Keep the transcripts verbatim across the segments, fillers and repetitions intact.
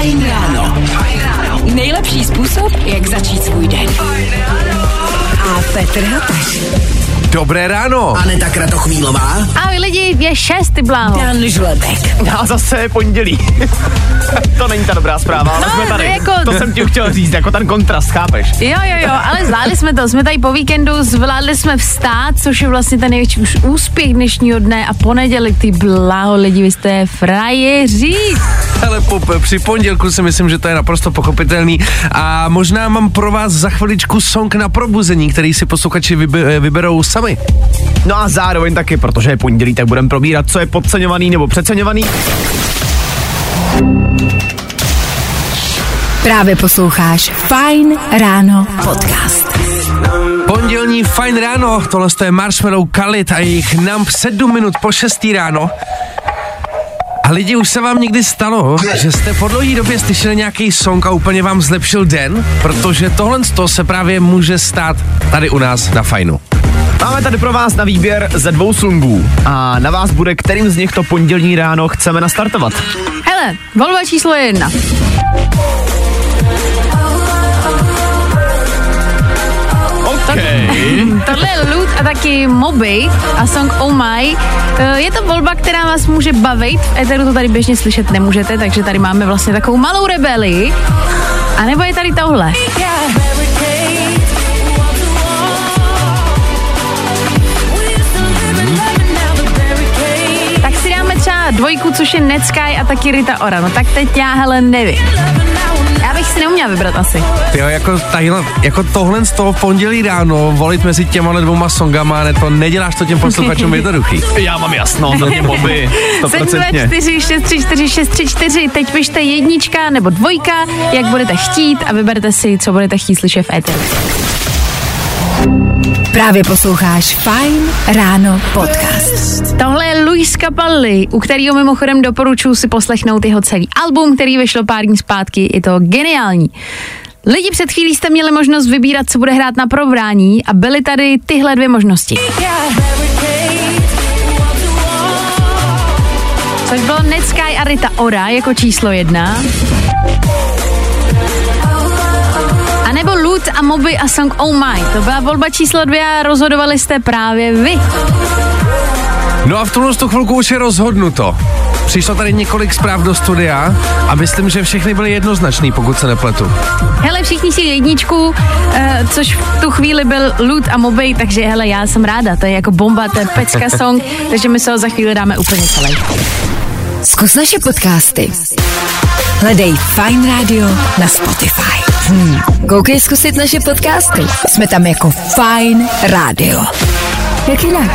Fajn ráno. Nejlepší způsob, jak začít svůj den. A Petr Hataš. Dobré ráno. Aneta Kratochvílová. Ahoj lidi, je šest, ty bláho. Dan Žlebek. A zase je pondělí. To není ta dobrá zpráva, ale No, jsme tady. jako- To jsem ti chtěl říct, jako ten kontrast, chápeš? Jo, jo, jo, ale zvládli jsme to. Jsme tady po víkendu, zvládli jsme vstát, což je vlastně ten největší už úspěch dnešního dne a pondělí, ty bláho lidi, vy jste frajeři. Ale po, při pondělku si myslím, že to je naprosto pochopitelný a možná mám pro vás za chviličku song na probuzení, který si posluchači vybe, vyberou sami. No a zároveň taky, protože je pondělí, tak budeme probírat, co je podceňovaný nebo přeceňovaný. Právě posloucháš Fajn ráno podcast. Pondělní Fajn ráno, tohle je Marshmallow Khalid a jejich Numb sedm minut po šestý ráno. A lidi, už se vám někdy stalo, že jste po dlouhé době slyšeli nějaký song a úplně vám zlepšil den? Protože tohle se právě může stát tady u nás na Fajnu. Máme tady pro vás na výběr ze dvou songů a na vás bude, kterým z nich to pondělní ráno chceme nastartovat. Hele, volba číslo jedna. Okay. Tohle je Lud a taky Moby a song Oh My. Je to volba, která vás může bavit. V éteru to tady běžně slyšet nemůžete, takže tady máme vlastně takovou malou rebelii. A nebo je tady tohle. Tak si dáme třeba dvojku, což je Netsky a taky Rita Ora. No tak teď já, hele, nevím. Já bych si neuměla vybrat asi. Jo, jako, tadyhle, jako tohle z toho pondělí ráno volit mezi těma dvouma songama, ne, to neděláš to těm posluchačům jednoduchý. Já mám jasno, to je Moby, sto procent. sedm dva čtyři šest tři čtyři šest tři čtyři, teď pište jednička nebo dvojka, jak budete chtít a vyberte si, co budete chtít slyšet v éteru. Právě posloucháš Fajn ráno podcast. Tohle je Luis Capaldi, u kterého mimochodem doporučuji si poslechnout jeho celý album, který vyšlo pár dní zpátky, je to geniální. Lidi, před chvílí jste měli možnost vybírat, co bude hrát na probrání a byly tady tyhle dvě možnosti. Což bylo Netsky a Rita Ora jako číslo jedna. A nebo Lud a Moby a song Oh My. To byla volba číslo dvě a rozhodovali jste právě vy. No a v tuhle chvilku už je rozhodnuto. Přišlo tady několik zpráv do studia a myslím, že všechny byly jednoznačný, pokud se nepletu. Hele, všichni si jedničku, uh, což v tu chvíli byl Lud a Moby, takže hele, já jsem ráda, to je jako bomba, to je pecka song, takže my se ho za chvíli dáme úplně celý. Zkus naše podcasty. Hledej Fajn rádio na Spotify. Hmm. Koukej zkusit naše podcasty. Jsme tam jako Fajn rádio. Jak jinak?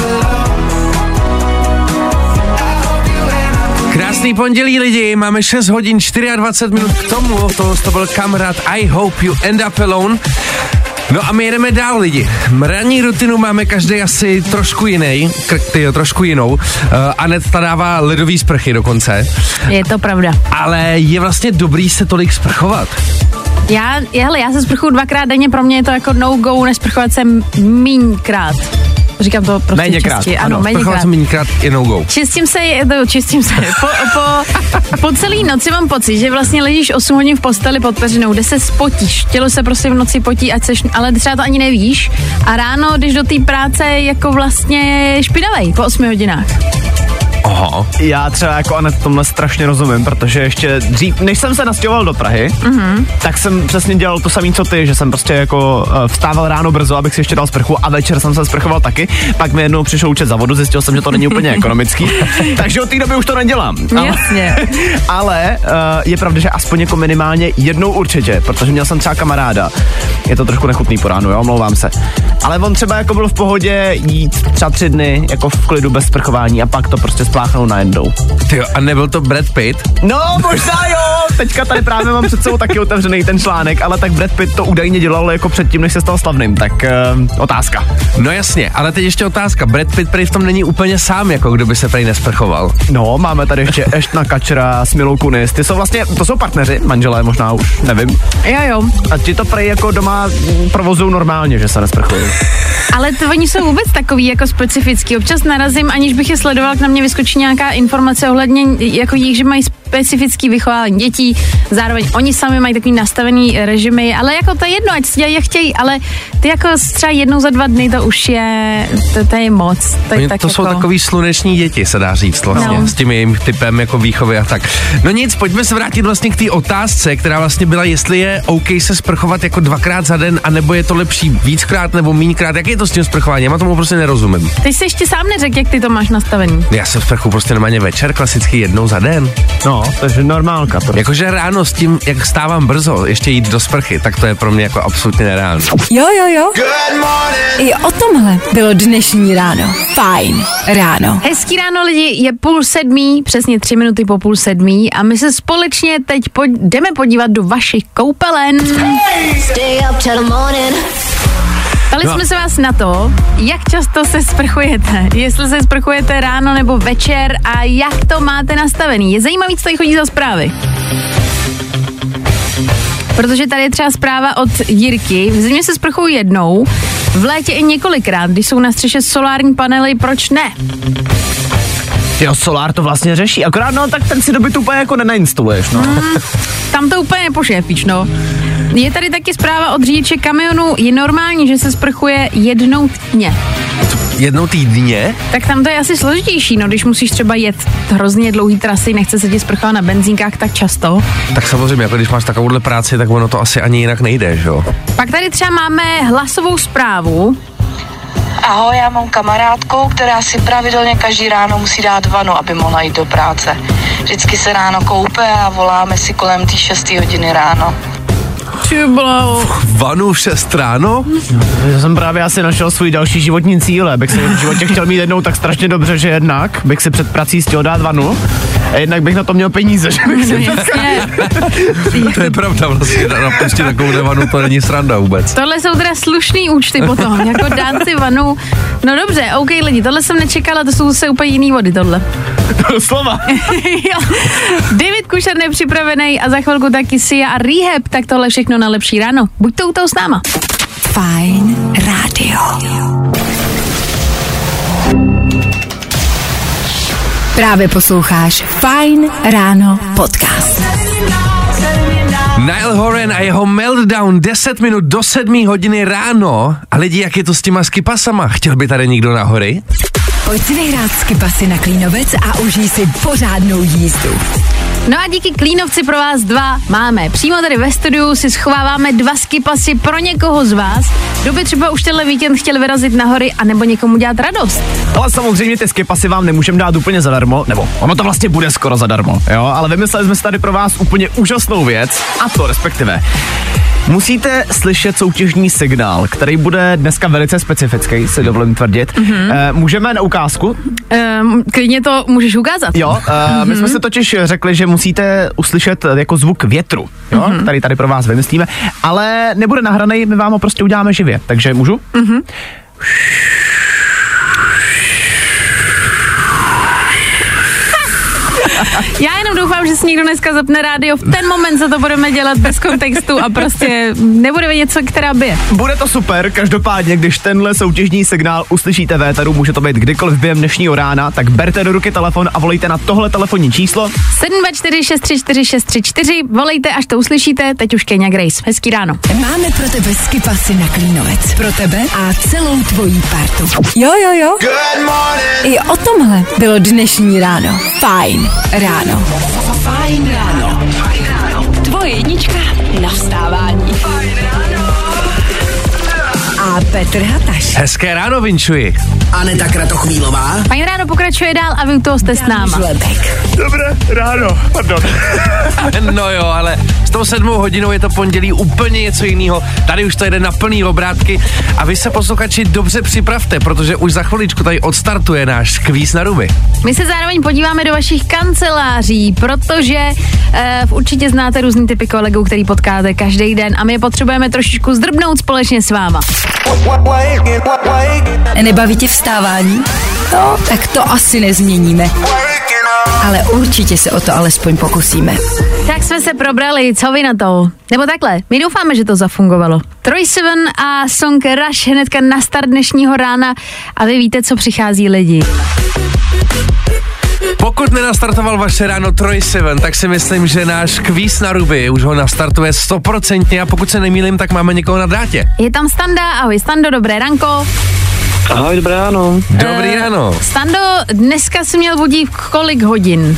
Krásný pondělí lidi, máme šest hodin dvacet čtyři minut k tomu, to, to byl kamarád I Hope You End Up Alone. No a my jedeme dál lidi. Ranní rutinu máme každý asi trošku jiný, tyjo, trošku jinou. Uh, Anet ta dává ledový sprchy dokonce. Je to pravda. Ale je vlastně dobrý se tolik sprchovat. Já, hele, já se sprchuju dvakrát denně, pro mě je to jako no-go, nesprchovat se míňkrát. Říkám to prostě méněkrát, čistě. ano, ano, sprchovat se méněkrát je no-go. Čistím se, čistím se. Po, po, po celý noci mám pocit, že vlastně ležíš osm hodin v posteli pod peřinou, kde se spotíš. Tělo se prostě v noci potí, ať seš, ale třeba to ani nevíš. A ráno, když do té práce jako vlastně špinavej po osmi hodinách. Aha. Já třeba jako Anet tomhle strašně rozumím, protože ještě dřív, než jsem se nastěhoval do Prahy, mm-hmm. tak jsem přesně dělal to samé, co ty, že jsem prostě jako uh, vstával ráno brzo, abych si ještě dal sprchu a večer jsem se sprchoval taky, pak mi jednou přišel účet za vodu, zjistil jsem, že to není úplně ekonomický, takže od té doby už to nedělám. Jasně. Ale, ale uh, je pravda, že aspoň jako minimálně jednou určitě, protože měl jsem třeba kamaráda, je to trošku nechutný po ránu, jo, omlouvám se, ale on třeba jako byl v pohodě jít třeba tři dny jako v klidu bez sprchování a pak to prostě spláchnou najednou. Tyjo, a nebyl to Brad Pitt? No, možná jo, teďka tady právě mám před sebou taky otevřený ten článek, ale tak Brad Pitt to údajně dělal jako předtím, než se stal slavným, tak uh, otázka. No jasně, ale teď ještě otázka, Brad Pitt prý v tom není úplně sám, jako kdo by se prý nesprchoval. No, máme tady ještě Ashtona Kutchera s Milou Kunis, ty jsou vlastně, to jsou partneři, manželé možná už, nevím. Jo, jo. A ti to prý jako doma provozují normálně, že se nesprchují. Ale to oni jsou vůbec takový jako specifický. Občas narazím, aniž bych je sledoval, k na mě vyskočí nějaká informace ohledně jako jich, že mají specifický vychování dětí, snaží, zároveň oni sami mají takový nastavený režimy, ale jako to je jedno, ať si dělají, jak chtějí, ale ty jako třeba jednou za dva dny to už je, to, to je moc. To, je tak to jako... jsou takový sluneční děti, se dá říct vlastně, no. S tím jejím typem jako výchovy a tak. No nic, pojďme se vrátit vlastně k té otázce, která vlastně byla, jestli je OK se sprchovat jako dvakrát za den, anebo je to lepší víckrát nebo míňkrát. Jak je to s tím sprchováním? Já tomu prostě nerozumím. Ty jsi ještě sám neřekl, jak ty to máš nastavený. Já se sprchu prostě normálně večer, klasicky jednou za den. No, takže normálka. Prostě. Jakože ráno s tím, jak stávám brzo, ještě jít do sprchy, tak to je pro mě jako absolutně nereálné. Jo, jo, jo. I o tomhle bylo dnešní ráno. Fajn ráno. Hezký ráno lidi, je půl sedmí, přesně tři minuty po půl sedmí a my se společně teď po, jdeme podívat do vašich koupelen. Ptali jsme se vás na to, jak často se sprchujete, jestli se sprchujete ráno nebo večer a jak to máte nastavený. Je zajímavý, co tady chodí za zprávy. Protože tady je třeba zpráva od Jirky. V zimě se sprchují jednou, v létě i několikrát, když jsou na střeše solární panely, proč ne? Jo, solár to vlastně řeší, akorát no, tak ten si do bytu úplně jako nenainstaluješ, no. Mm, tam to úplně nepošéfíš, no. Je tady taky zpráva od řidiče kamionu, je normální, že se sprchuje jednou týdně. Jednou týdně? Tak tam to je asi složitější, no, když musíš třeba jet hrozně dlouhý trasy, nechce se ti sprchovat na benzínkách tak často. Tak samozřejmě, jako když máš takovouhle práci, tak ono to asi ani jinak nejde, že jo? Pak tady třeba máme hlasovou zprávu. Ahoj, já mám kamarádku, která si pravidelně každý ráno musí dát vanu, aby mohla jít do práce. Vždycky se ráno koupe a voláme si kolem té šesté hodiny ráno. Vanu v šest ráno? Já jsem právě asi našel svůj další životní cíl, bych se v životě chtěl mít jednou tak strašně dobře, že jednak bych si před prací chtěl dát vanu a jednak bych na to měl peníze, že bych si... To je pravda, vlastně napustit takovou vanu, to není sranda vůbec. Tohle jsou teda slušný účty potom, jako dát si vanu. No dobře, OK lidi, tohle jsem nečekala, to jsou zase úplně jiný vody tohle. Slova. David Kušar nepřipravený a za chvilku taky Sia a Rehab, tak tohle všechno na lepší ráno. Buďte u toho s náma. Fajn rádio. Právě posloucháš Fajn ráno podcast. Niall Horan a jeho Meltdown, deset minut do sedmé hodiny ráno. A lidi, jak je to s těma skipasama? Chtěl by tady někdo na hory? Pojď si vyhrát skipasy na Klínovec a užij si pořádnou jízdu. No a díky Klínovci pro vás dva máme. Přímo tady ve studiu si schováváme dva skipasy pro někoho z vás, kdo by třeba už tenhle víkend chtěl vyrazit na hory a nebo někomu dělat radost. Ale samozřejmě ty skipasy vám nemůžeme dát úplně zadarmo, nebo ono to vlastně bude skoro zadarmo, jo, ale vymysleli jsme si tady pro vás úplně úžasnou věc, a to respektive musíte slyšet soutěžní signál, který bude dneska velice specifický, si dovolím tvrdit. Mm-hmm. E, můžeme na ukázku? Um, klidně to můžeš ukázat. Jo, e, mm-hmm. My jsme si totiž řekli, že musíte uslyšet jako zvuk větru, jo, mm-hmm. který tady pro vás vymyslíme, ale nebude nahranej, my vám ho prostě uděláme živě, takže můžu? Mm-hmm. Já jenom doufám, že si někdo dneska zapne rádio, v ten moment se to budeme dělat bez kontextu a prostě nebude vědět, co která bije. Bude to super, každopádně, když tenhle soutěžní signál uslyšíte v éteru, může to být kdykoliv během dnešního rána, tak berte do ruky telefon a volejte na tohle telefonní číslo. sedm dva čtyři šest tři čtyři šest tři čtyři, volejte, až to uslyšíte, teď už Kenya Grace. Hezký ráno. Máme pro tebe skipasy na Klínovec. Pro tebe a celou tvojí partu. Jo, jo, jo. Good morning. I o tomhle bylo dnešní ráno. Fajn ráno. Fajn ráno. Fajn ráno. Tvoje jednička na vstávání. Fajn ráno. A Petr Hataš. Hezké ráno, vinčuji. Aneta Kratochvílová. Fajn ráno pokračuje dál a vy u toho jste s náma. Dobré ráno, pardon. No jo, ale s tou sedmou hodinou je to pondělí úplně něco jiného. Tady už to jde na plný obrátky a vy se posluchači dobře připravte, protože už za chviličku tady odstartuje náš kvíz na ruby. My se zároveň podíváme do vašich kanceláří, protože uh, určitě znáte různý typy kolegů, který potkáte každý den a my je potřebujeme trošičku zdrbnout společně s váma. Nebaví tě vstávání? No, tak to asi nezměníme. Ale určitě se o to alespoň pokusíme. Tak jsme se probrali, co vy na to? Nebo takhle, my doufáme, že to zafungovalo. Troye Sivan a song Rush hnedka na start dnešního rána a vy víte, co přichází lidi. Pokud nenastartoval vaše ráno Troye Sivan, tak si myslím, že náš kvíz na ruby už ho nastartuje stoprocentně a pokud se nemýlím, tak máme někoho na drátě. Je tam Standa, ahoj Stando, dobré ranko. Ahoj, dobré ráno. Dobrý uh, ráno. Stando, dneska jsi měl budík kolik hodin?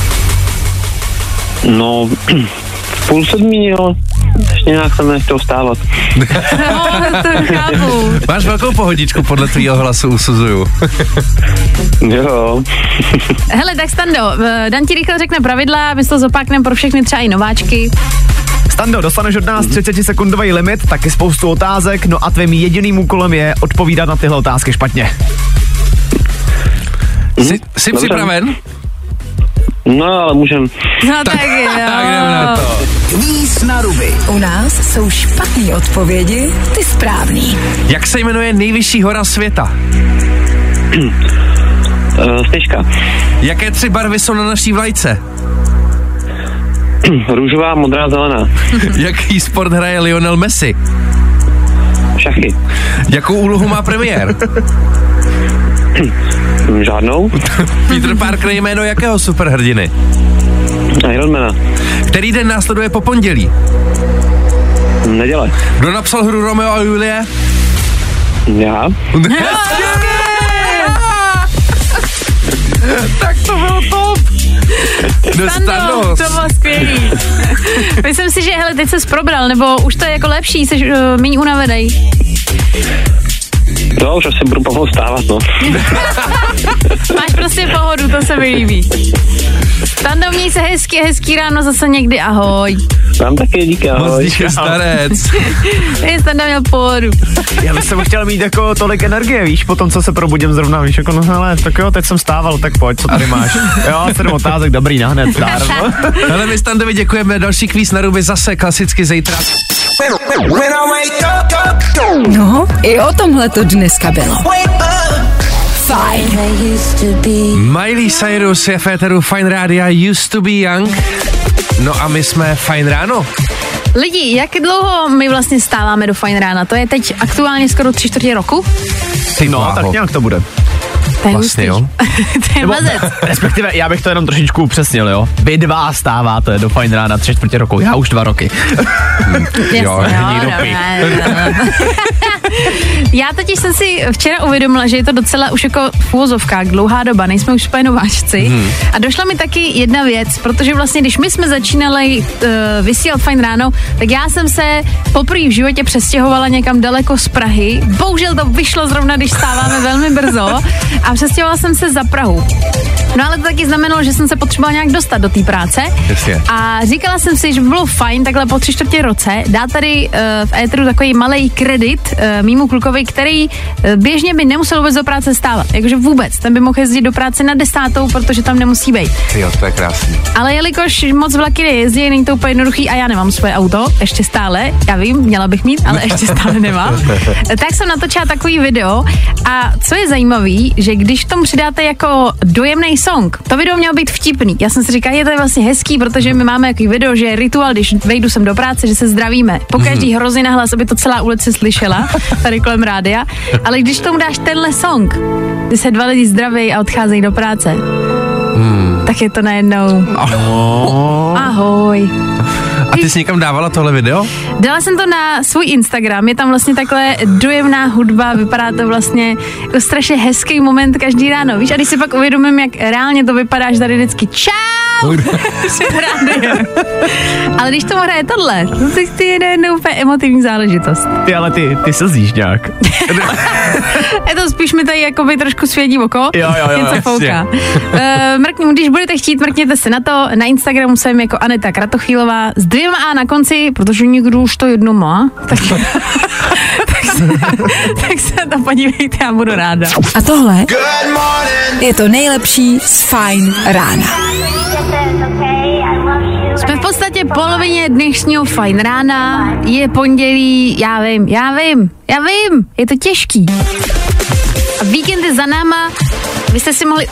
No, v půl sedmí, jo. Ještě nějak jsem nechtěl vstávat. No, to chápu. Máš velkou pohodičku, podle tvýho hlasu usuzuju. Jo. Hele, tak Stando, Dan ti rychle řekne pravidla, my to zopákneme pro všechny třeba i nováčky. Stando, dostaneš od nás třicet sekundový limit, taky spoustu otázek, no a tvým jediným úkolem je odpovídat na tyhle otázky špatně. Jsi, jsi připraven? No, ale můžem. No tak, tak jo. Tak jdeme na to. Kvíz na ruby. U nás jsou špatné odpovědi, ty správný. Jak se jmenuje nejvyšší hora světa? Uh, Sněžka. Jaké tři barvy jsou na naší vlajce? Růžová, modrá, zelená. Jaký sport hraje Lionel Messi? Šachy. Jakou úlohu má premiér? Žádnou. Peter Parker je jméno jakého superhrdiny? Ironmana. Který den následuje po pondělí? Neděle. Kdo napsal hru Romeo a Julie? Já. Tak to bylo top. Stando, to bylo skvělý. Myslím si, že hele, teď ses probral, nebo už to je jako lepší, jsi uh, méně unavenej. No, už asi budu pomalu stávat, no. Máš prostě pohodu, to se mi líbí. Stando, měj se hezky, hezký ráno zase někdy, ahoj. Vám taky, díky, ahoj. Moc díky, starec. Je, Stando měl pohodu. Já bych jsem chtěl mít jako tolik energie, víš, po tom, co se probudím zrovna, víš, jako no hele, tak jo, teď jsem stával, tak pojď, co tady máš. Jo, sedm otázek, dobrý, nahned, zdár. Hele, my Standovi děkujeme, další kvíz na ruby zase klasicky zítra. No, i o tomhle to dneska bylo. Fajn. Miley Cyrus je v éteru Fine Rádia, Used to be Young. No a my jsme Fajn ráno. Lidi, jak dlouho my vlastně stáváme do Fajn rána? To je teď aktuálně skoro tři čtvrtě roku? Ty No, bláho. tak nějak to bude. To je Vlastně, hustý. jo. To je mazec. Respektive, já bych to jenom trošičku upřesnil, jo. Vy dva stáváte do Fajn rána tři čtvrtě roku, já už dva roky. Jasně, Jo, hní dopy. Já totiž jsem si včera uvědomila, že je to docela už jako v úvozovkách dlouhá doba, nejsme už úplně nováčci. Hmm. A došla mi taky jedna věc, protože vlastně, když my jsme začínali uh, vysílat Fajn ráno, tak já jsem se poprvé v životě přestěhovala někam daleko z Prahy. Bohužel to vyšlo zrovna, když stáváme velmi brzo a přestěhovala jsem se za Prahu. No ale to taky znamenalo, že jsem se potřebovala nějak dostat do té práce. Jasně. A říkala jsem si, že by bylo fajn takhle po tři čtvrtě roce dát tady uh, v éteru takový malej kredit uh, mýmu klukovi, který uh, běžně by nemusel vůbec do práce stávat. Jakože vůbec. Ten by mohl jezdit do práce na desátou, protože tam nemusí být. Jo, to je krásný. Ale jelikož moc vlaky nejezdí, není to úplně jednoduchý a já nemám svoje auto, ještě stále, já vím, měla bych mít, ale ještě stále nemám, tak jsem natočila takový video a co je zajímavý, že když tomu přidáte jako dojemný song, to video mělo být vtipný. Já jsem si říkala, je to vlastně hezký, protože my máme jaký video, že je rituál, když vejdu sem do práce, že se zdravíme. Po každý hrozí nahlas, aby to celá ulice slyšela, tady kolem rádia, ale když tomu dáš tenhle song, kdy se dva lidi zdraví a odcházejí do práce, hmm. tak je to najednou Oh. ahoj. A ty jsi někam dávala tohle video? Dala jsem to na svůj Instagram, je tam vlastně takhle dojemná hudba, vypadá to vlastně jako strašně hezký moment každý ráno, víš, a když si pak uvědomím, jak reálně to vypadá, že tady vždycky čau, ale když tomu hraje tohle, no tak ty je najednou úplně emotivní záležitost. Ty, ale ty, ty slzíš nějak. Je to spíš mi tady jakoby trošku svědí oko, Jo, jo, jo, něco fouká. Uh, mrknu, když budete chtít, mrkněte se na to, na Instagramu jsem jako Aneta Kratochvílová s dvěma A na konci, protože někdo už to jedno má, tak, tak, se, tak se to podívejte, já budu ráda. A tohle je to nejlepší z Fajn rána. Jsme v podstatě polovině dnešního Fajn rána, je pondělí, já vím, já vím, já vím, je to těžký. A víkend je za náma, vy jste si mohli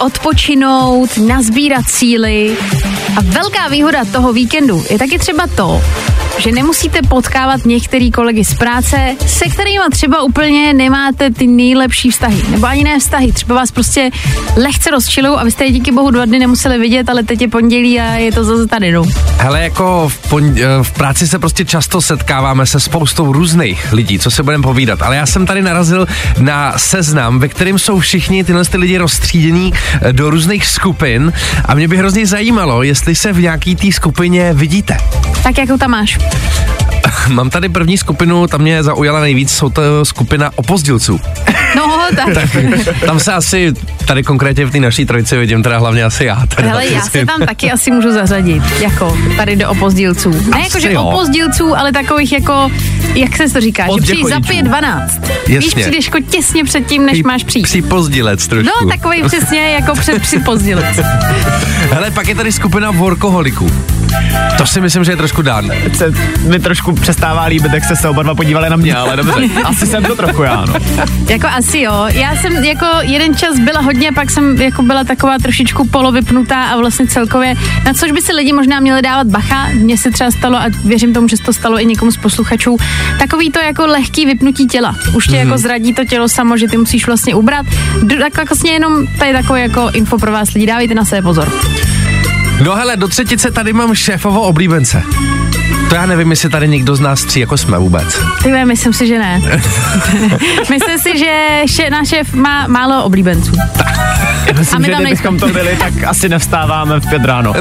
odpočinout, nazbírat síly. A velká výhoda toho víkendu je taky třeba to, že nemusíte potkávat některý kolegy z práce, se kterými třeba úplně nemáte ty nejlepší vztahy, nebo ani ne vztahy, třeba vás prostě lehce rozčilou a vy jste je díky bohu dva dny nemuseli vidět, ale teď je pondělí a je to zase tady, no. Hele, jako v, pon- v práci se prostě často setkáváme se spoustou různých lidí, co se budeme povídat, ale já jsem tady narazil na seznam, ve kterém jsou všichni tyhle ty lidi rozstřídění do různých skupin a mě by hrozně zajímalo, jestli se v nějaký té skupině vidíte. Tak jakou tam máš? Mám tady první skupinu, tam mě zaujala nejvíc, jsou to skupina opozdělců. No, tak. tak. Tam se asi, tady konkrétně v té naší trojici vidím teda hlavně asi já. Teda, hele, já se tam taky asi můžu zařadit, jako tady do opozdělců. Ne jako, že opozdělců, ale takových jako, jak se to říká, že přijdeš za pět dvanáct. Víš, přijdeš jako těsně před tím, než máš přijít. Připozdilec trošku. No, takový přesně jako před připozdilec. Hele, pak je tady skupina workoholiků. To si myslím, že je trošku dán. Se mi trošku přestává líbit, jak jste se oba dva podívali na mě, ale dobře. Asi jsem to trochu já, no. Jako asi jo. Já jsem jako jeden čas byla hodně, pak jsem jako byla taková trošičku polovypnutá a vlastně celkově, na což by si lidi možná měli dávat bacha. Mně se třeba stalo, a věřím tomu, že se to stalo i někomu z posluchačů, takový to jako lehký vypnutí těla. Už tě mm-hmm. jako zradí to tělo samo, že ty musíš vlastně ubrat. Tak vlastně jenom tady takový jako info pro vás lidi, dávejte na sebe pozor. No hele, do třetice tady mám šéfovo oblíbence. To já nevím, jestli tady někdo z nás tří jako jsme vůbec. Ty, myslím si, že ne. Myslím si, že še, náš šéf má málo oblíbenců. Já myslím, že kdybychom to byli, tak asi nevstáváme v pět ráno.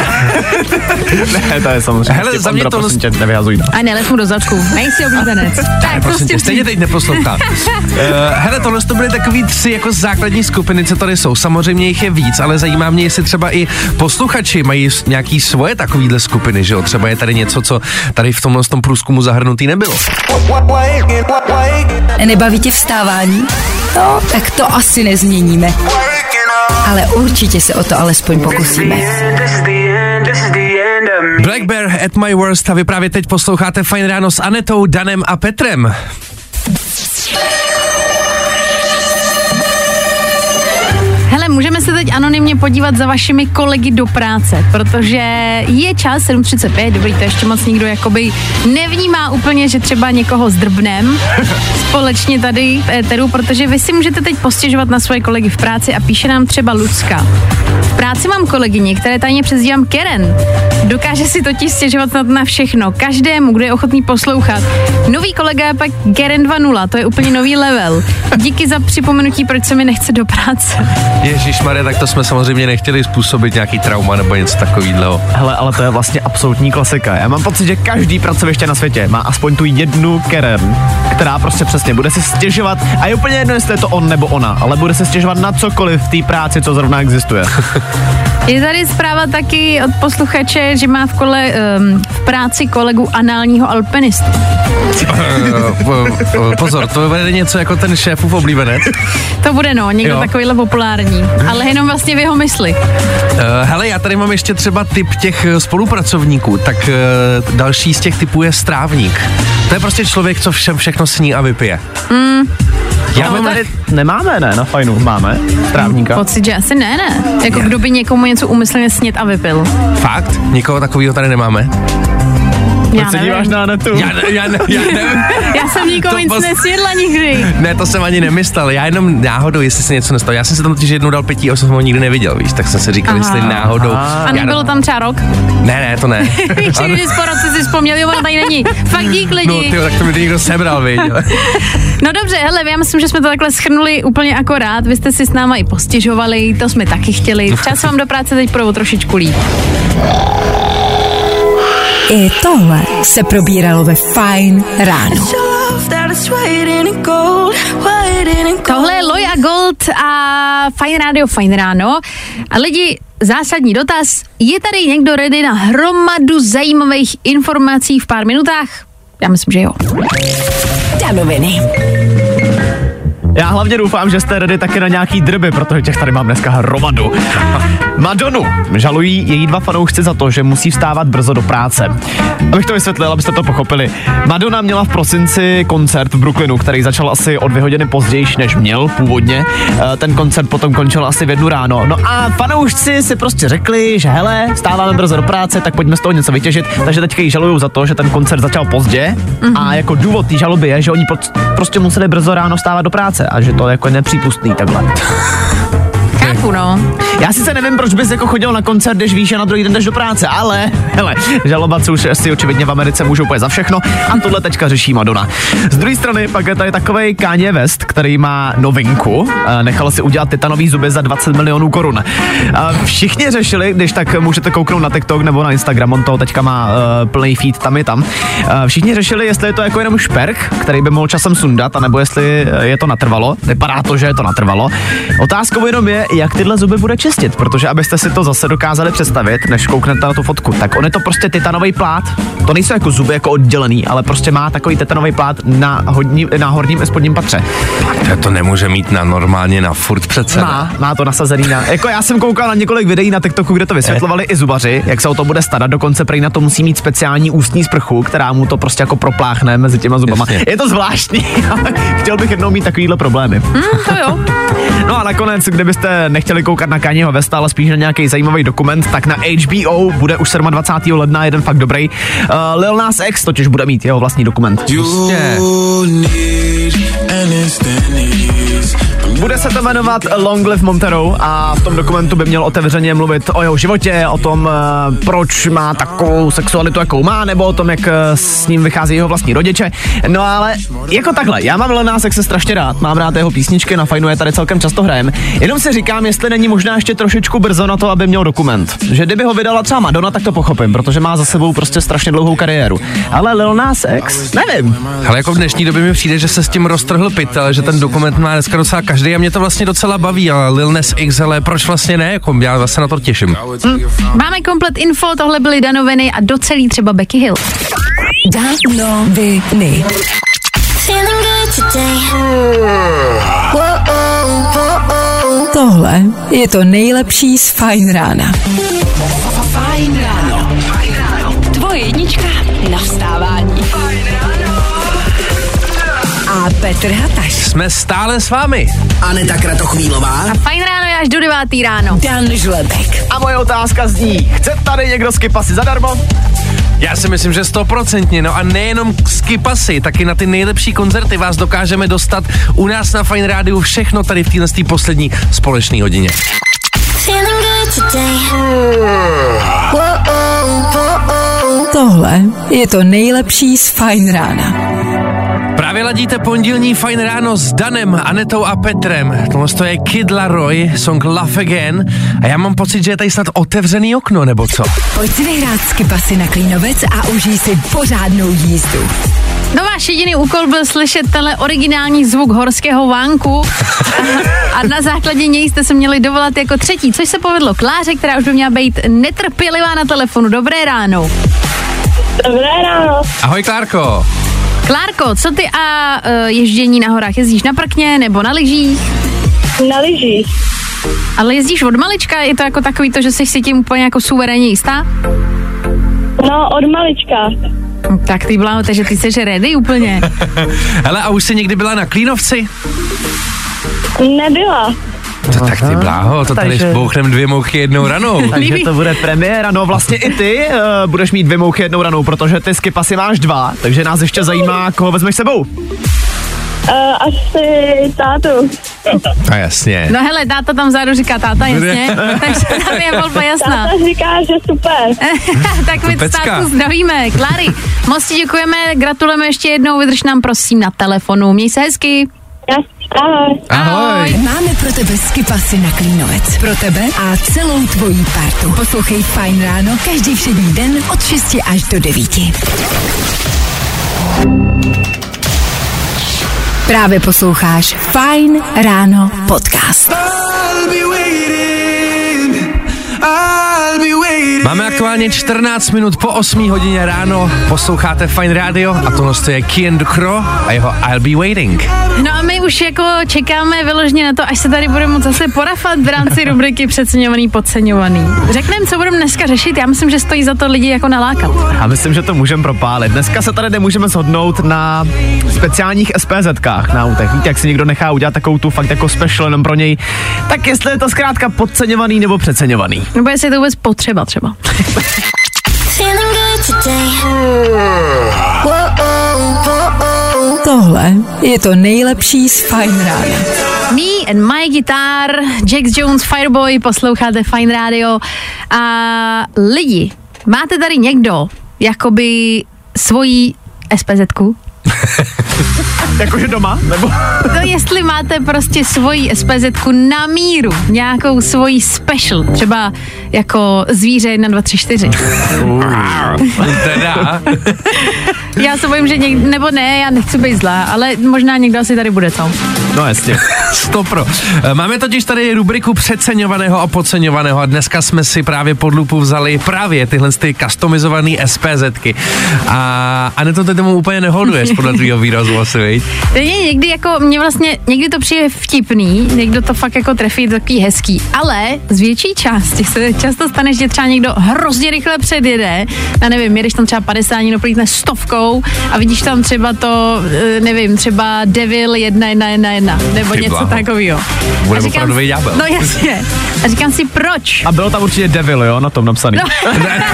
Ne, to je samozřejmě. Hele, za mě to... Prosím tě, nevyhazuj nás. A nelez mu do zadku, nejsi oblíbenec. Tak, prosím tě, stejně teď neposlouchám. uh, hele, tohle to byly takový tři jako základní skupiny, co tady jsou. Samozřejmě jich je víc, ale zajímá mě, jestli třeba i posluchači mají nějaký svoje takovýhle skupiny, že jo? Třeba je tady něco, co tady v tomhle tom průzkumu zahrnutý nebylo. Nebaví tě vstávání? No, tak to asi nezměníme. Ale určitě se o to alespoň pokusíme. Black Bear at my worst a vy právě teď posloucháte Fajn ráno s Anetou, Danem a Petrem. Hele, můžeme se teď anonymně podívat za vašimi kolegy do práce, protože je čas sedm třicet pět, dobrý, to ještě moc nikdo jakoby nevnímá úplně, že třeba někoho zdrbnem společně tady v éteru, protože vy si můžete teď postěžovat na svoje kolegy v práci a píše nám třeba Lucka. V práci mám kolegyni, které tajně přezdívám Karen. Dokáže si totiž stěžovat snad na všechno, každému, kdo je ochotný poslouchat. Nový kolega je pak Karen dva nula, to je úplně nový level. Díky za připomenutí, proč se mi nechce do práce. Ježišmarja, tak to jsme samozřejmě nechtěli způsobit nějaký trauma nebo něco takového. Hele, ale to je vlastně absolutní klasika. Já mám pocit, že každý pracoviště na světě má aspoň tu jednu Karen, která prostě přesně bude si stěžovat, a je úplně jedno, jestli je to on nebo ona, ale bude se stěžovat na cokoliv v té práci, co zrovna existuje. Je tady zpráva taky od posluchače, že má v, kole, um, v práci kolegu análního alpinistu. Pozor, to bude něco jako ten šéfův oblíbenec. To bude no, někdo jo. Takovýhle populární, ale jenom vlastně v jeho mysli. Uh, hele, já tady mám ještě třeba typ těch spolupracovníků, tak uh, další z těch typů je strávník. To je prostě člověk, co všem všechno sní a vypije. Mm. Já no, tady nemáme, ne, na Fajnu, máme strávníka. Pocit, že asi ne, ne. Jako kdo by někomu něco úmyslně snět a vypil. Fakt? Nikoho takového tady nemáme? Proč se díváš na Anetu? Já, ne, já, ne, já, ne, já jsem nikomu nic pos... nesnědla nikdy. Ne, to jsem ani nemyslel, já jenom náhodou, jestli se něco nestalo. Já jsem se tam totiž jednou dal pití a jsem ho nikdy neviděl, víš, tak jsem si říkal, jestli náhodou. A nebylo tam třeba rok? Ne, ne, to ne. Víš, když po roce si vzpomněl, jo, ona tady není. Fakt dík lidi. No, tyjo, tak to mi to někdo sebral, víš. No dobře, hele, já myslím, že jsme to takhle shrnuli úplně akorát. Vy jste si s náma i postěžovali, to jsme taky chtěli. Třeba se vám do práce teď půjde trošičku líp. I tohle se probíralo ve Fajn ráno. Tohle je Loj a Gold a Fajn rádio, Fajn ráno. A lidi, zásadní dotaz. Je tady někdo ready na hromadu zajímavých informací v pár minutách? Já myslím, že jo. Danoviny. Já hlavně doufám, že jste ready taky na nějaký drby, protože těch tady mám dneska hromadu. Madonu žalují její dva fanoušci za to, že musí vstávat brzo do práce. Abych to vysvětlil, abyste to pochopili. Madonna měla v prosinci koncert v Brooklynu, který začal asi o dvě hodiny později, než měl původně. Ten koncert potom končil asi v jednu ráno. No a fanoušci si prostě řekli, že hele, vstáváme brzo do práce, tak pojďme z toho něco vytěžit. Takže teďka jí žalujou za to, že ten koncert začal pozdě mm-hmm. a jako důvod té žaloby je, že oni prostě museli brzo ráno vstávat do práce a že to jako je nepřípustný takhle. Chápu, no. Já sice nevím, proč bys jako chodil na koncert, když víš, že na druhý den jdeš do práce, ale hele, žalovat se už asi očividně v Americe můžou úplně za všechno a tohle teďka řeší Madonna. Z druhé strany pak je tady takovej Kanye West, který má novinku, nechal si udělat titanový zuby za dvacet milionů korun. Všichni řešili, když tak můžete kouknout na TikTok nebo na Instagram, on toho teďka má uh, plný feed tam i tam. Všichni řešili, jestli je to jako jenom šperk, který by mohl časem sundat, anebo jestli je to natrvalo. Vypadá to, že je to natrvalo. Otázkou jenom je, jak tyhle zuby bude čistit, protože abyste si to zase dokázali představit, než kouknete na tu fotku, tak on je to prostě titanový plát. To nejsou jako zuby jako oddělený, ale prostě má takový titanový plát na, hodní, na horním i spodním patře. To, to nemůže mít na normálně na furt přece. Má, má to nasazený na. Jako já jsem koukal na několik videí na TikToku, kde to vysvětlovali i zubaři, jak se o to bude starat, dokonce prý na to musí mít speciální ústní sprchu, která mu to prostě jako propláchne mezi těma zubama. Jasně. Je to zvláštní, ale chtěl bych jednou mít takovýhle problémy. Mm, to jo. No a nakonec, kdybyste nechtěli koukat na Kanyeho Westa, ale spíš na nějaký zajímavý dokument, tak na H B O bude už dvacátého sedmého ledna jeden fakt dobrý. Uh, Lil Nas X totiž bude mít jeho vlastní dokument. Prostě. Bude se to jmenovat Long Live Montero a v tom dokumentu by měl otevřeně mluvit o jeho životě, o tom, uh, proč má takovou sexualitu, jakou má, nebo o tom, jak uh, s ním vychází jeho vlastní rodiče. No ale jako takhle, já mám Lil Nas X strašně rád, mám rád jeho písničky, na Fajnu je tady celkem často hrajem. Jenom si říkám, jestli není možná ještě trošičku brzo na to, aby měl dokument. Že kdyby ho vydala třeba Madonna, tak to pochopím, protože má za sebou prostě strašně dlouhou kariéru. Ale Lil Nas X, nevím. Ale jako v dnešní době mi přijde, že se s tím roztrhl pytel, že ten dokument má dneska docela každý a mě to vlastně docela baví, ale Lil Nas X, ale proč vlastně ne? Jako já vlastně na to těším. Hm. Máme komplet info, tohle byly danoviny a docelý třeba Becky Hill. Danoviny. Tohle je to nejlepší z Fajn rána. Fajn ráno. Tvoje jednička na vstávání. A Petr Hataš. Jsme stále s vámi. Aneta Kratochvílová. A Fajn ráno je až do devátý ráno. Dan Žlebek. A moje otázka zní, chce tady někdo skipasy zadarmo? Já si myslím, že stoprocentně, no a nejenom skipasy, taky na ty nejlepší koncerty vás dokážeme dostat u nás na Fajn rádiu, všechno tady v téhle poslední společné hodině. Tohle je to nejlepší z Fajn rána. Právě ladíte pondělní Fajn ráno s Danem, Anetou a Petrem. Tohle je Kid Laroi, song Love Again a já mám pocit, že je tady snad otevřený okno, nebo co? Pojď si vyhrát skipasy na Klínovec a užij si pořádnou jízdu. No váš jediný úkol byl slyšet tenhle originální zvuk horského vánku a, a na základě něj jste se měli dovolat jako třetí, což se povedlo Kláře, která už by měla být netrpělivá na telefonu. Dobré ráno. Dobré ráno. Ahoj Klárko. Klárko, co ty a uh, ježdění na horách? Jezdíš na prkně nebo na lyžích? Na lyžích. Ale jezdíš od malička? Je to jako takový to, že jsi si tím úplně jako suverénně jistá? No, od malička. Tak ty bláho, takže ty jsi ready úplně. Hele, a už jsi někdy byla na Klínovci? Nebyla. To tak ty bláho, to tady Takže... spouchnem dvě mouchy jednou ranou. Takže to bude premiéra, no vlastně i ty uh, budeš mít dvě mouchy jednou ranou, protože ty skipasy máš dva, takže nás ještě zajímá, koho vezmeš sebou. Uh, asi tátu. A jasně. No hele, táta tam vzadu říká táta, jasně. Takže tam je volba jasná. Táta říká, že super. Tak my tátu zdravíme. Kláry, moc ti děkujeme, gratulujeme ještě jednou, vydrž nám prosím na telefonu. Měj se hezky. Ahoj. Ahoj. Máme pro tebe skipasy na Klínovec. Pro tebe a celou tvojí partu. Poslouchej Fajn ráno každý všední den od šesti až do devíti. Právě posloucháš Fajn ráno podcast. Máme aktuálně čtrnáct minut po osmé hodině ráno, posloucháte Fine Radio a tohle je Kian Ducro a jeho I'll Be Waiting. No a my už jako čekáme vyloženě na to, až se tady budeme moct zase porafat v rámci rubriky Přeceňovaný, podceňovaný. Řekneme, co budeme dneska řešit, já myslím, že stojí za to lidi jako nalákat. A myslím, že to můžeme propálit. Dneska se tady nemůžeme shodnout na speciálních SPZkách na autech. Víte, jak si někdo nechá udělat takovou tu fakt jako special jenom pro něj, tak jestli je to zkrátka podceňovaný nebo přeceňovaný. Nebo jestli je to vůbec potřeba třeba. Tohle je to nejlepší z Fine Rádia. Me and my guitar, Jax Jones, Fireboy, posloucháte Fine Radio a lidi, máte tady někdo jakoby svoji SPZku? Jakože doma? Nebo? No jestli máte prostě svoji SPZku na míru, nějakou svoji special, třeba jako zvíře jedna, dva, tři, čtyři. Teda. Já se bojím, že někdo, nebo ne, já nechci být zlá, ale možná někdo asi tady bude, co? No jasně. Stopro. Máme totiž tady rubriku přeceňovaného a podceňovaného a dneska jsme si právě pod lupu vzali právě tyhle ty customizované SPZky. A Aneto, ty tomu úplně nehoduješ podle tvýho výrazu asi, viď? Někdy jako, mě vlastně, někdy to přijde vtipný, někdo to fakt jako trefí, takový hezký, ale z větší části se často stane, že třeba někdo hrozně rychle předjede, já nevím, jedeš tam třeba padesát, někdo prolítne stovkou a vidíš tam třeba to, nevím, třeba Devil jedna jedna jedna jedna, nebo Ty něco bláho. takového. Budeme opravdový ďábel. No jasně. A říkám si, proč? A bylo tam určitě Devil, jo, na tom napsaný. No.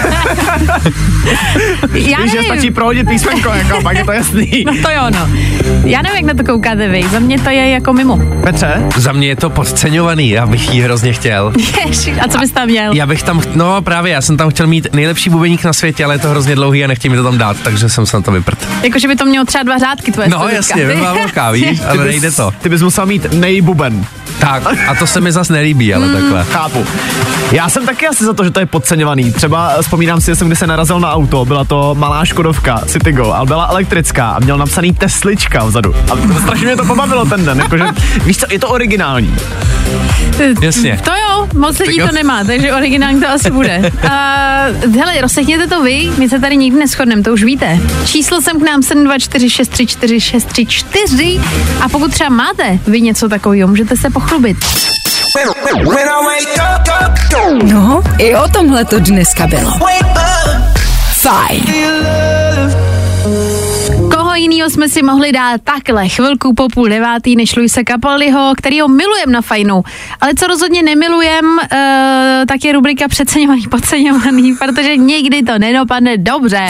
Já Víš, že stačí prohodit písmenko, jako, pak je to jasný. No to jo, no. Já nevím, jak na to koukáte vy, za mě to je jako mimo. Petře? Za mě je to podceňovaný, já bych jí hrozně chtěl. Ježi, a co bys tam měl? Já bych tam, no právě, já jsem tam chtěl mít nejlepší bubeník na světě, ale je to hrozně dlouhý a nechtěl mi to tam dát, takže jsem se na to vyprt. Jakože by to mělo třeba dva řádky tvoje No studentka. jasně, by byla velká, víš, ale nejde to. Ty bys musel mít nejbuben. Tak, a to se mi zas nelíbí, ale mm. takhle. Chápu. Já jsem taky asi za to, že to je podceňovaný. Třeba vzpomínám si, že jsem když se narazil na auto, byla to malá Škodovka Citigo, ale byla elektrická a měl napsaný Teslička vzadu. A strašně mě to pobavilo ten den, jakože, víš co, je to originální. Jasně. To jo, moc lidí to nemá, takže originální to asi bude. Uh, hele, rozsechněte to vy, my se tady nikdy neshodneme, to už víte. Číslo sem k nám sedm dva čtyři šest tři čtyři šest tři čtyři a pokud třeba máte vy něco takového, můžete se pochlubit. No, i o tomhle to dneska bylo. Fajn. Koho jinýho jsme si mohli dát takhle chvilku po půl devátý než Luise Capaldiho, kterýho milujem na Fajnu. Ale co rozhodně nemilujem, uh, tak je rubrika přeceňovaný, podceňovaný, protože nikdy to nedopadne dobře.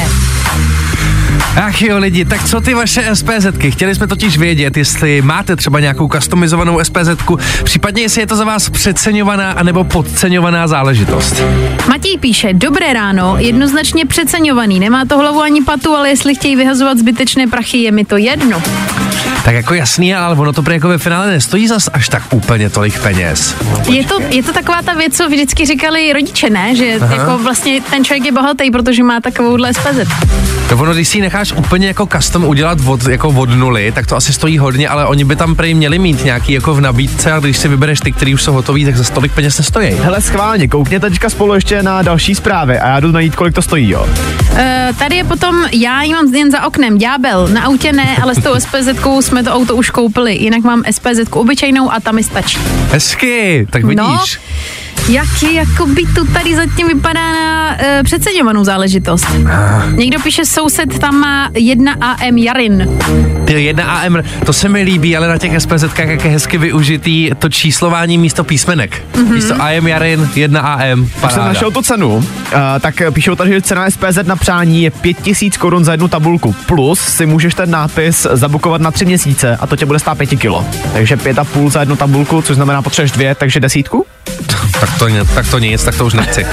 Ach jo lidi, tak co ty vaše SPZky? Chtěli jsme totiž vědět, jestli máte třeba nějakou customizovanou SPZku, případně jestli je to za vás přeceňovaná anebo podceňovaná záležitost. Matěj píše, dobré ráno, jednoznačně přeceňovaný, nemá to hlavu ani patu, ale jestli chtějí vyhazovat zbytečné prachy, je mi to jedno. Tak jako jasný, ale ono to prý jako ve finále nestojí zas až tak úplně tolik peněz. Je to, je to taková ta věc, co vždycky říkali rodiče, ne? Že Aha. jako vlastně ten člověk je bohatý, protože má takovouhle S P Z. To ono, když si ji necháš úplně jako custom udělat od, jako od nuly, tak to asi stojí hodně, ale oni by tam prej měli mít nějaký jako v nabídce a když si vybereš ty, který už jsou hotový, tak za tolik peněz nestojí. Hele, schválně, koukněte teďka spolu ještě na další zprávy a já jdu najít, kolik to stojí, jo. Uh, tady je potom, já ji mám jen za oknem, ďábel, na autě ne, ale s tou SPZkou jsme to auto už koupili, jinak mám SPZku obyčejnou a ta mi stačí. Hezky, tak vidíš. No, jaký jako by to tady zatím vypadá na uh, přeceňovanou záležitost. Ah. Někdo píše, soused tam má jedna A M Jarin. Ty jedna A M, to se mi líbí, ale na těch SPZkách jak je hezky využitý to číslování místo písmenek. Mm-hmm. Místo A M Jarin, jedna A M, paráda. Když jsem našel tu cenu, uh, tak píšou tady, že cena S P Z na přání je pět tisíc korun za jednu tabulku. Plus si můžeš ten nápis zabukovat na tři měsíce a to tě bude stát pět kilo. Takže pět a půl za jednu tabulku, což znamená potřebuješ dvě, takže desítku? Tak to, tak to nic, tak to už nechci.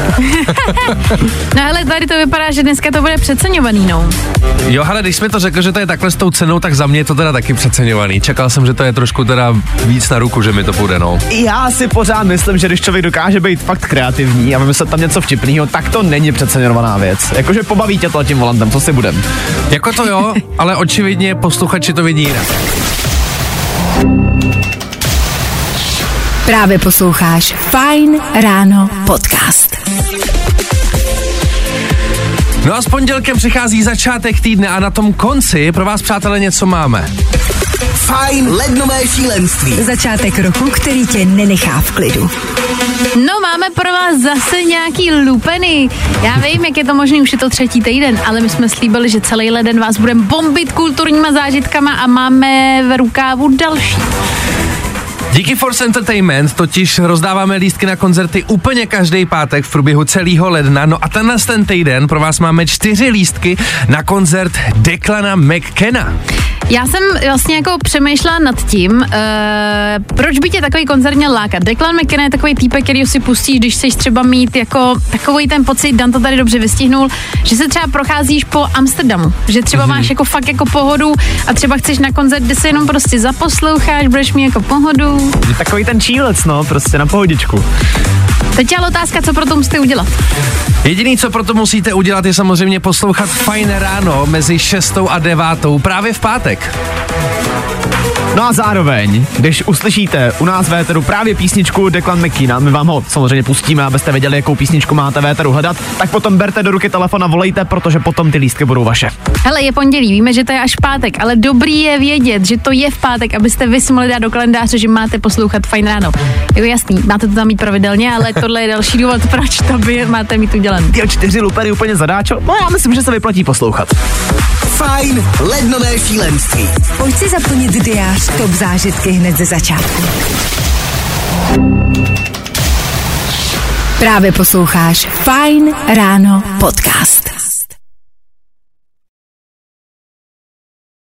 No ale tady to vypadá, že dneska to bude přeceňovaný, no. Jo, ale když jsme to řekl, že to je takhle s tou cenou, tak za mě je to teda taky přeceňovaný. Čekal jsem, že to je trošku teda víc na ruku, že mi to půjde, no. Já si pořád myslím, že když člověk dokáže být fakt kreativní a vymyslet tam něco vtipného, tak to není přeceňovaná věc. Jakože pobaví tě to tím volantem, co si budem. Jako to jo, ale očividně posluchači to vidí jinak. Právě posloucháš Fajn ráno podcast. No a s pondělkem přichází začátek týdne a na tom konci pro vás, přátelé, něco máme. Fajn lednové šílenství. Začátek roku, který tě nenechá v klidu. No, máme pro vás zase nějaký lupeny. Já vím, jak je to možný, už je to třetí týden, ale my jsme slíbili, že celý leden vás budeme bombit kulturníma zážitkama a máme v rukávu další. Díky Force Entertainment totiž rozdáváme lístky na koncerty úplně každý pátek v průběhu celého ledna. No a tenhle ten týden pro vás máme čtyři lístky na koncert Declana McKenna. Já jsem vlastně jako přemýšlela nad tím, uh, proč by tě takový koncert měl lákat. Declan McKenna je takový týpek, který si pustíš, když chceš třeba mít jako takový ten pocit, Dan to tady dobře vystihnul, že se třeba procházíš po Amsterdamu, že třeba mm-hmm. máš jako fakt jako pohodu a třeba chceš na koncert, kde se jenom prostě zaposloucháš, budeš mít jako pohodu. Je takový ten čílec, no, prostě na pohodičku. Teď je ale otázka, co pro to musíte udělat. Jediný, co pro to musíte udělat, je samozřejmě poslouchat Fajn ráno mezi šestou a devátou právě v pátek. No a zároveň, když uslyšíte u nás v éteru právě písničku Declan McKenna, my vám ho samozřejmě pustíme, abyste věděli, jakou písničku máte v éteru hledat, tak potom berte do ruky telefon a volejte, protože potom ty lístky budou vaše. Hele, je pondělí, víme, že to je až pátek, ale dobrý je vědět, že to je v pátek, abyste vy si mohli dát do kalendáře, že máte poslouchat Fajn ráno. Jo, jasný, máte to tam mít pravidelně, ale tohle je další důvod, proč to by máte mít udělané. Ty čtyři lupery úplně zadáčo? No já myslím, že se vyplatí poslouchat. Fajn lednové šílenství. Pojď si zaplnit diář top zážitky hned ze začátku. Právě posloucháš Fajn ráno podcast.